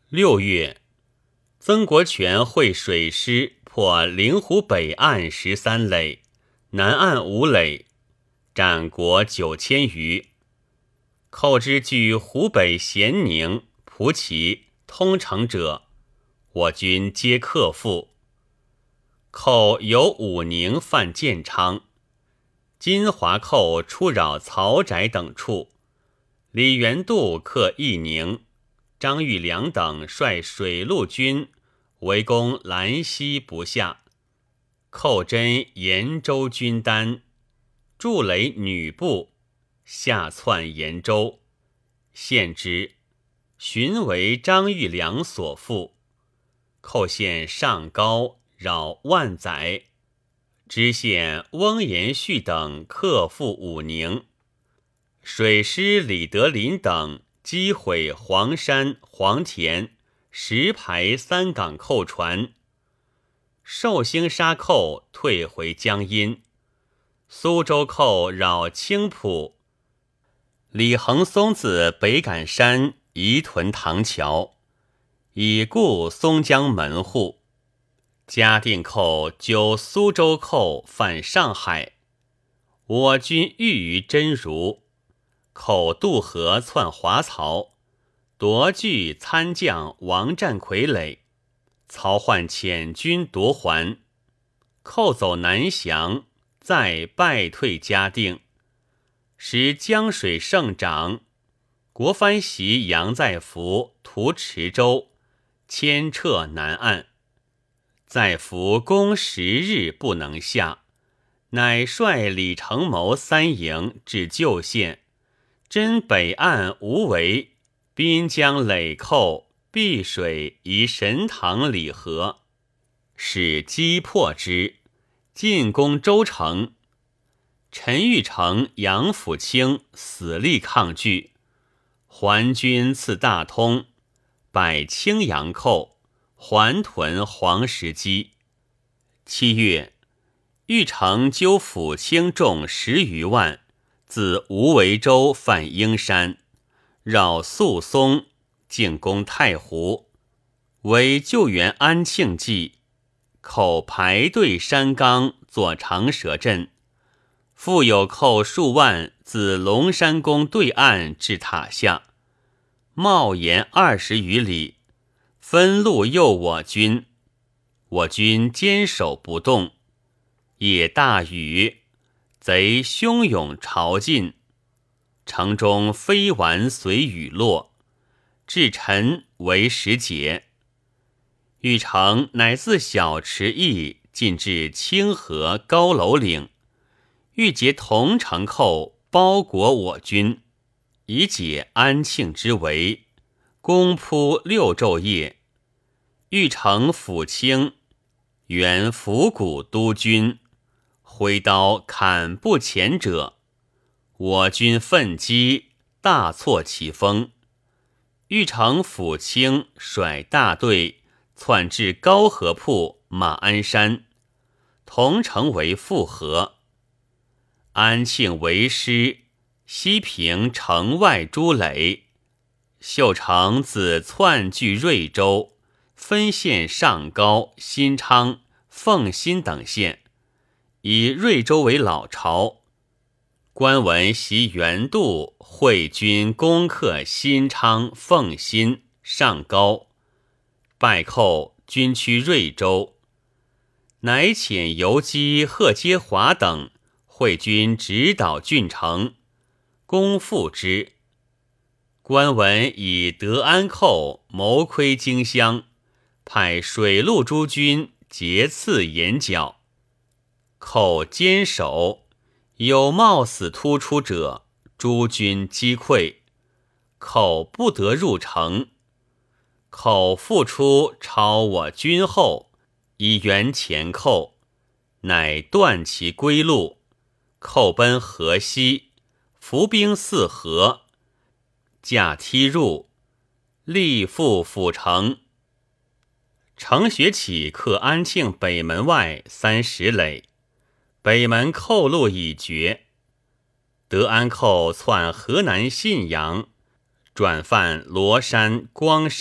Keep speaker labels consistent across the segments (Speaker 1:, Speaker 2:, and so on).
Speaker 1: 6月，曾国荃会水师破灵湖北岸13垒，南岸5垒，斩国9000余。寇之据湖北咸宁、蒲圻、通城者，我军皆克复。寇由武宁犯建昌，金华寇出扰曹宅等处，李元度克义宁，张玉良等率水陆军围攻兰溪不下，寇真延州军丹，筑垒女部，下窜延州，献之，寻为张玉良所负。寇陷上高，扰万载，知县翁延绪等克复武宁。水师李德林等击毁黄山、黄田10排3港寇船，寿星沙寇退回江阴。苏州寇扰青浦，李恒松自北赶山移屯塘桥，以固松江门户。嘉定寇纠苏州寇犯上海，我军遇于真如，寇渡河窜华漕，夺据参将王占傀儡，曹奂遣军夺还，寇走南降，再败退嘉定，使江水盛涨，国藩袭杨再福屠池州，牵撤南岸。再福攻10日不能下，乃率李承谋3营至旧县，侦北岸无为，滨江垒寇，避水移神塘里河，使击破之，进攻州城。陈玉成、杨辅清死力抗拒，还军刺大通，败青阳寇，还屯黄石矶。7月，玉成纠辅清众10余万，自无为州犯英山，绕宿松，进攻太湖，为救援安庆计，寇排队山冈作长蛇阵。复有寇数万自龙山宫对岸至塔下，冒延20余里，分路诱我军，我军坚守不动。夜大雨，贼汹涌潮进，城中飞丸随雨落，至晨为时解。玉成乃自小池驿进至清河高楼岭，欲结同城寇包裹我军，以解安庆之围，攻扑6昼夜。玉成辅清原府谷督军，挥刀砍不前者，我军奋击，大挫其锋。玉成辅清率大队窜至高河铺马鞍山，同城为复合。安庆为师，西平城外诸垒。秀成自窜据瑞州，分县上高、新昌、奉新等县，以瑞州为老巢。官文袭元度会军攻克新昌、奉新、上高，败寇，军趋瑞州，乃遣游击贺阶华等会军直捣郡城，攻复之。官文以德安寇谋窥荆襄，派水陆诸军截刺沿剿，寇坚守，有冒死突出者，诸军击溃，寇不得入城。寇复出超我军后，以援前寇，乃断其归路，寇奔河西，伏兵4河，架梯入，力复府城。程学启克安庆北门外30垒，北门寇路已绝。德安寇窜河南信阳，转犯罗山、光山、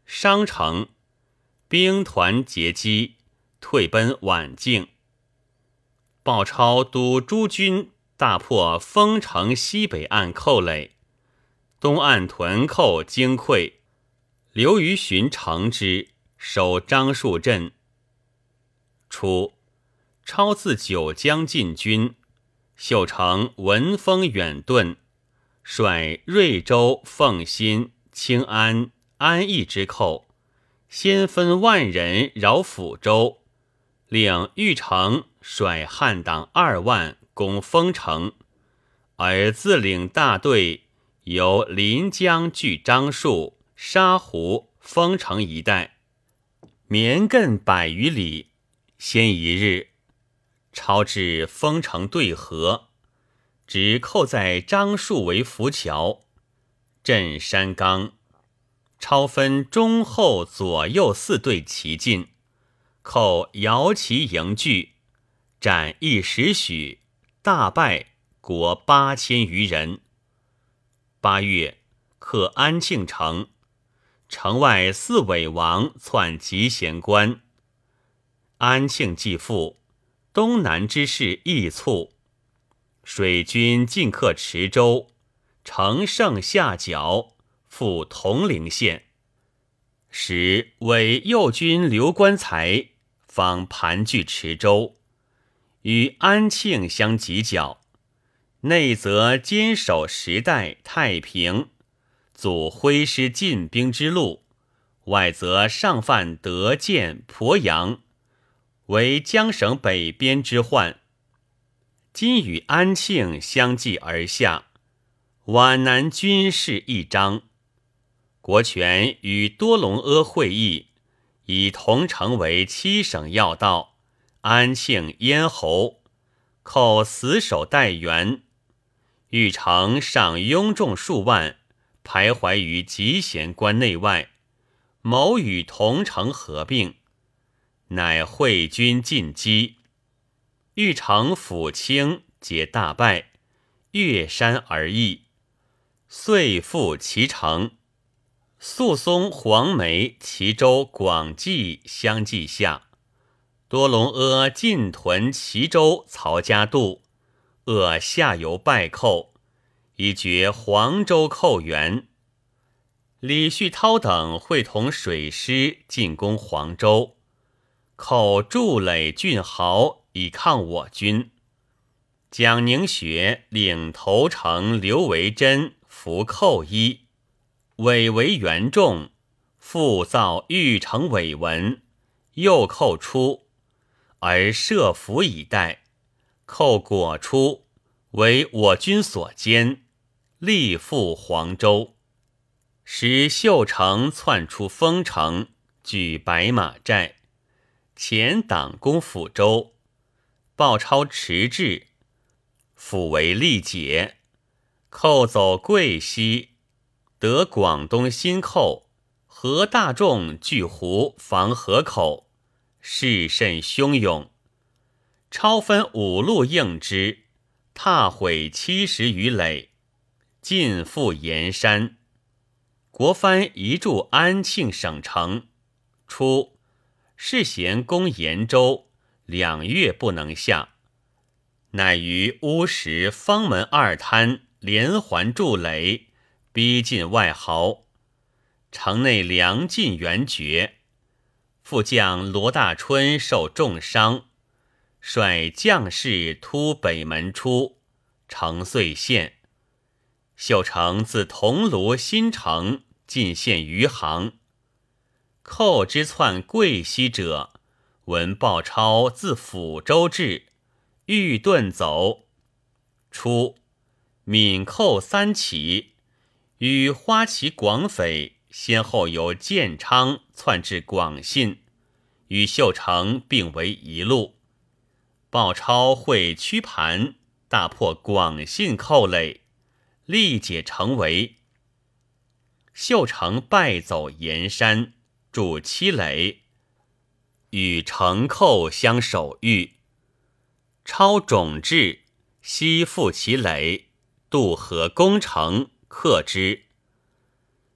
Speaker 1: 商城，兵团截击，退奔宛境。鲍超督诸军大破丰城西北岸寇垒，东岸屯寇精溃，刘虞寻乘之，守樟树镇。初，超自九江进军，秀成闻风远遁，率瑞州、奉新、清安、安邑之寇，先分万人扰抚州，令玉成率汉党2万攻丰城，而自领大队由临江据樟树、沙湖、丰城一带，绵亘100余里。先一日，超至丰城对河，只扣在樟树为浮桥，镇山冈。超分中后左右4队齐进，寇摇旗迎拒，斩10许，大败，国8000余人。8月，克安庆城，城外4伪王篡集贤关。安庆既复，东南之势亦促，水军进克池州，乘胜下剿，赴铜陵县。时伪右军刘观才方盘踞池州，与安庆相犄角，内则坚守时代、太平，阻挥师进兵之路；外则上犯德建、鄱阳，为江省北边之患。今与安庆相继而下，皖南军事一张。国权与多隆阿会议，以同城为7省要道，安庆、咽喉，寇死守待援。玉成上拥众数万，徘徊于集贤关内外，谋与同城合并，乃会军进击。玉成抚清，皆大败，越山而役，遂复其城。肃松、黄梅、齐州、广济相继下，多隆阿进屯齐州曹家渡，扼下游败寇，以绝黄州寇援。李旭涛等会同水师进攻黄州，寇筑垒郡豪以抗我军。蒋宁学领头城刘维真伏寇一，伪为元众，复造玉成伪文，又寇出，而设伏以待。寇果出，为我军所歼，力赴黄州。使秀成窜出丰城，据白马寨，前党攻抚州，鲍超迟滞，抚为力解，寇走桂西，得广东新寇，何大众据湖防河口，势甚汹涌。超分5路应之，踏毁70余垒，尽赴盐山。国藩移驻安庆省城，初世贤攻延州，2月不能下，乃于乌石、方门2滩连环筑垒，逼近外壕，城内粮尽援绝。副将罗大春受重伤，率将士突北门出，城遂陷。秀成自桐庐新城进献余杭。寇之窜桂西者，闻鲍超自抚州至，欲遁走。初，闽寇3起，与花旗广匪先后由建昌窜至广信，与秀成并为一路。鲍超会曲盘，大破广信寇垒，力解城围。秀成败走盐山，筑七垒，与城寇相守御。超种至，西复其垒，渡河攻城，克之。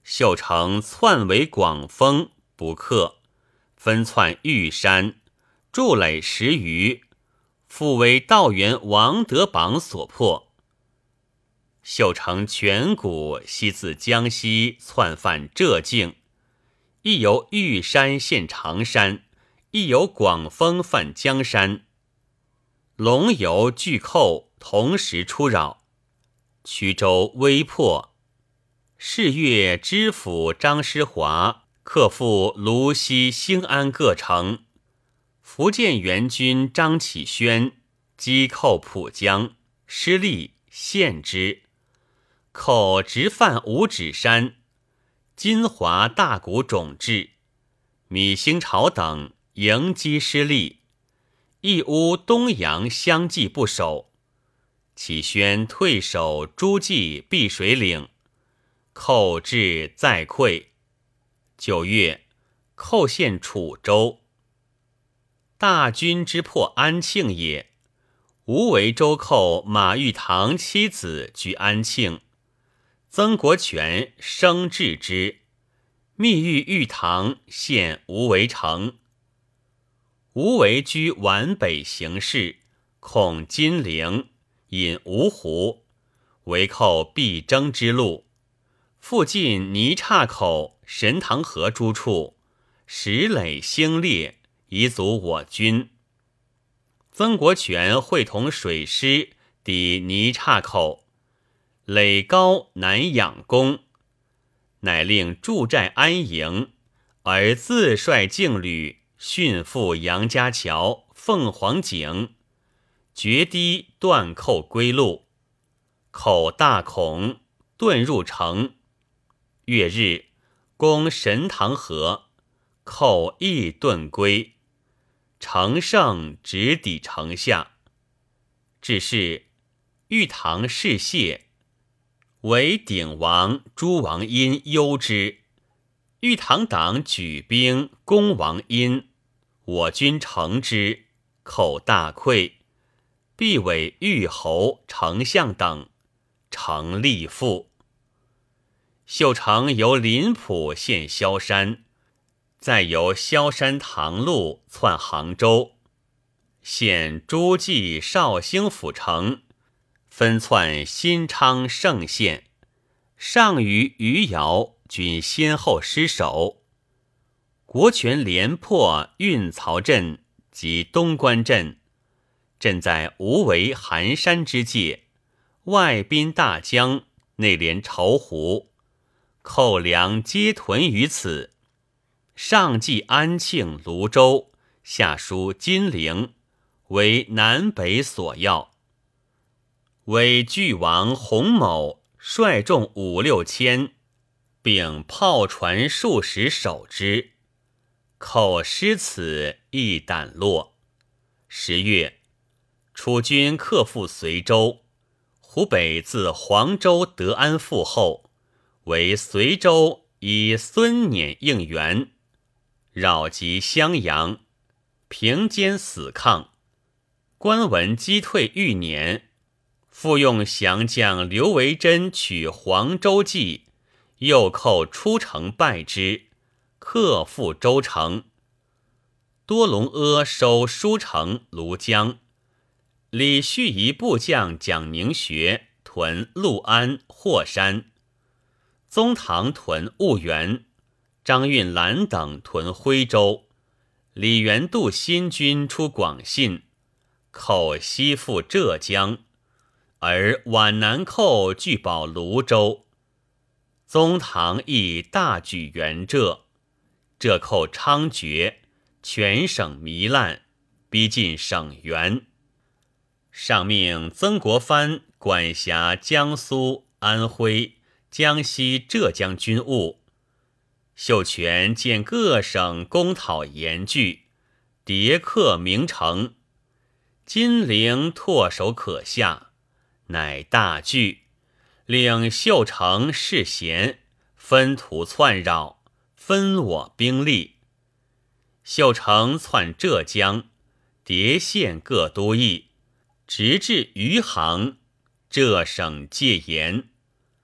Speaker 1: 秀成篡为广丰，不克，分窜玉山，筑垒10余，复为道元王德榜所破。秀成全谷西自江西窜犯浙境，亦由玉山陷常山，亦由广丰犯江山。龙游巨寇同时出扰，衢州危破。是月，知府张师华克复泸西、兴安各城。福建援军张启轩击寇浦江，失利，陷之。寇直犯五指山、金华大谷种质，米兴朝等迎击失利，义乌、东阳相继不守。启轩退守诸暨、碧水岭，寇至再溃。9月，寇陷楚州。大军之破安庆也。吴为州寇马玉堂妻子居安庆，曾国荃生治之，密谕玉堂陷吴为城。吴为居皖北行事，恐金陵，引芜湖，为寇必争之路。附近泥岔口、神堂河诸处，石垒兴烈，以阻我军。曾国荃会同水师抵泥岔口，垒高南仰攻，乃令驻寨安营，而自率劲旅迅赴杨家桥、凤凰井，决堤断寇归路。寇大恐，遁入城。月日，攻神堂河，寇亦遁归。乘胜直抵城下。至是，玉堂事谢，为鼎王朱王殷忧之。玉堂党举兵攻王殷，我军乘之，寇大溃，必委玉侯、丞相等，城立复。秀成由临浦陷萧山，再由萧山塘路窜杭州，陷诸暨、绍兴府城，分窜新昌、盛县。上虞、余姚均先后失守。国权连破运曹镇及东关镇，镇在无为、寒山之界，外滨大江，内连巢湖，寇粮皆屯于此。上继安庆、泸州，下输金陵，为南北所要。为巨王洪某率众5、6千，并炮船数十守之。寇失此，亦胆落。10月，楚军克复随州。湖北自黄州、德安复后，为随州以孙辇应援，扰及襄阳，平坚死抗。官闻击退豫年，复用降将刘维珍取黄州计，又寇出城败之，克复州城。多隆阿收舒城、庐江。李旭仪部将蒋宁学屯陆安、霍山。宗堂屯婺源，张运兰等屯徽州。李元度新军出广信，寇西赴浙江，而皖南寇据保泸州。宗堂亦大举援浙，浙寇猖獗，全省糜烂，逼近省援。上命曾国藩管辖江苏、安徽、江西、浙江军务。秀全见各省攻讨严峻，迭克名城。金陵唾手可下，乃大惧，令秀成示贤，分途窜扰，分我兵力。秀成窜浙江，迭县各都邑，直至余杭，浙省戒严。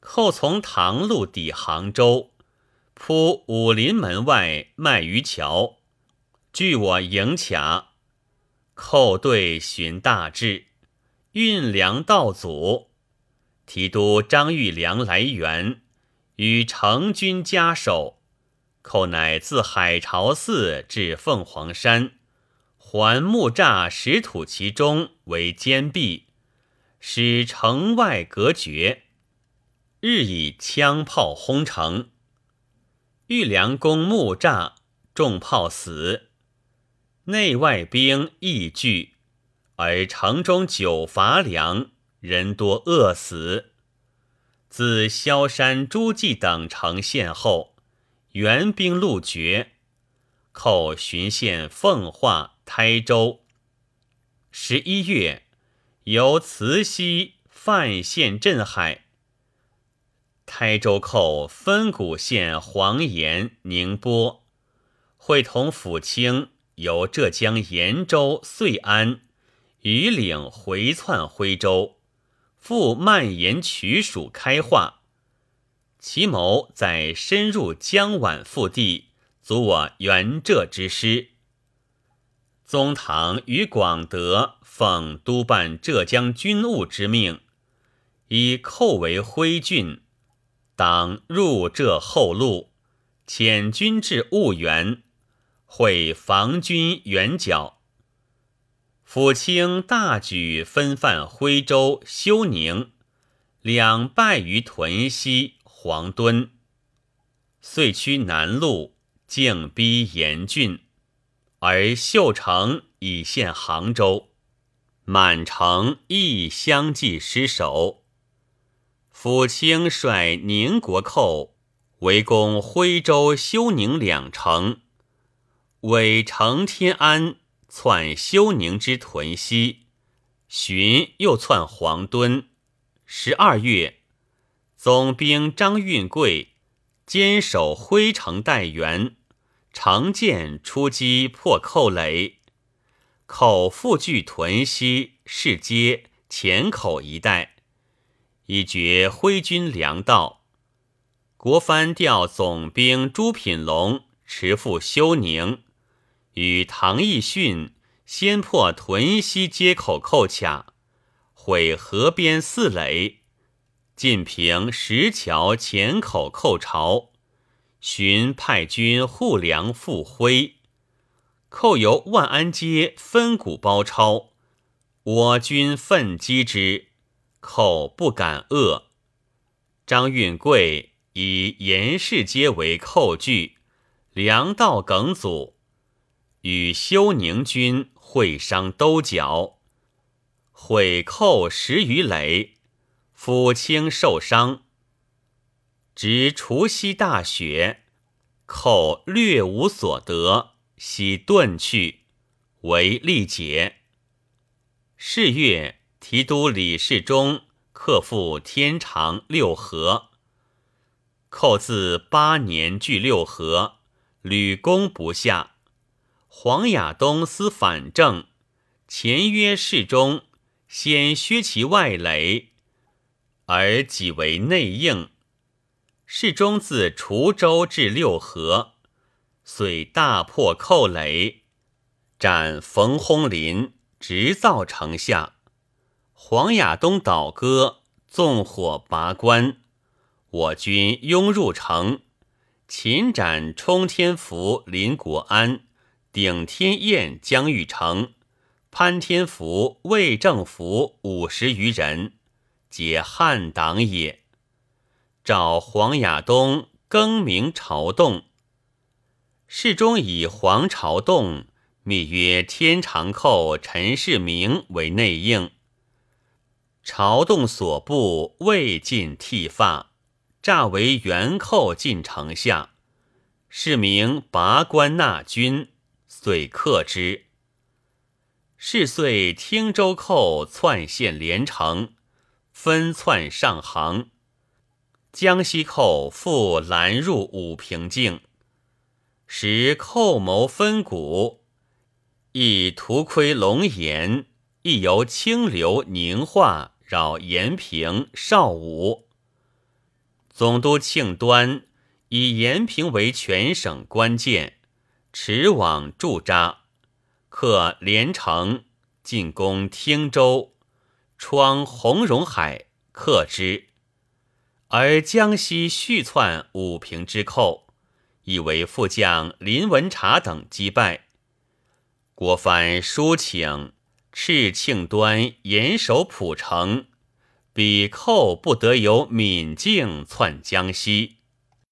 Speaker 1: 寇从唐路抵杭州，扑武林门外卖鱼桥，据我营卡。寇队寻大至，运粮到祖。提督张玉良来援，与成军加守。寇乃自海潮寺至凤凰山，环木栅石土其中为坚壁，使城外隔绝，日以枪炮轰城。玉良攻木栅，众炮死，内外兵亦惧，而城中久乏粮，人多饿死。自萧山、诸暨等城陷后，援兵路绝，寇巡县奉化、台州。11月，由慈溪、范县镇海。台州寇分谷县黄岩、宁波，会同府清由浙江延州、遂安、余岭回窜徽州，复蔓延曲蜀开化。其谋在深入江皖腹地，阻我援浙之师。宗堂与广德奉督办浙江军务之命，以寇为徽郡，当入浙后路，遣军至婺源，会防军援剿。府清大举分犯徽州、休宁，两败于屯溪、黄墩，遂趋南路，径逼延郡，而秀城已陷杭州，满城亦相继失守。府清率宁国寇围攻徽州、休宁两城，伪承天安窜休宁之屯溪，荀又窜黄墩。12月，总兵张运贵坚守徽城待援，乘舰出击破寇垒，寇复据屯溪、市街、前口一带，以绝徽军粮道。国藩调总兵朱品龙持赴休宁，与唐义训先破屯溪街口寇卡，毁河边4垒，进平石桥前口寇巢。荀派军护粮复徽，寇由万安街分谷包抄，我军奋击之，寇不敢遏。张运贵以严氏街为寇据，粮道梗阻，与休宁军会商兜剿，毁寇10余垒，府清受伤。值除夕大雪，寇略无所得，悉遁去，为力解。是月，提督李世忠克复天长、六合。寇自8年据六合，屡攻不下。黄亚东思反正，前约世忠先削其外垒，而己为内应。世忠自滁州至六合，遂大破寇垒，斩冯轰林，直造城下。黄亚东倒戈，纵火拔关，我军拥入城，擒斩冲天福、林国安、顶天燕、姜玉成、潘天福、魏正福50余人，皆汉党也。召黄亚东更名朝栋。世忠以黄朝栋密约天长寇陈世明为内应。朝栋所部未尽剃发，诈为元寇进城下，世明拔关纳军，遂克之。是岁汀州寇窜陷连城，分窜上杭。江西寇复拦入武平境，时寇谋分谷，亦图窥龙岩，亦由清流、宁化扰延平、邵武。 总督庆端以延平为全省关键，驰往驻扎，克连城，进攻汀州，创红荣海，克之。而江西续窜武平之寇，以为副将林文察等击败。郭藩书请敕庆端严守蒲城，彼寇不得由闽境窜江西。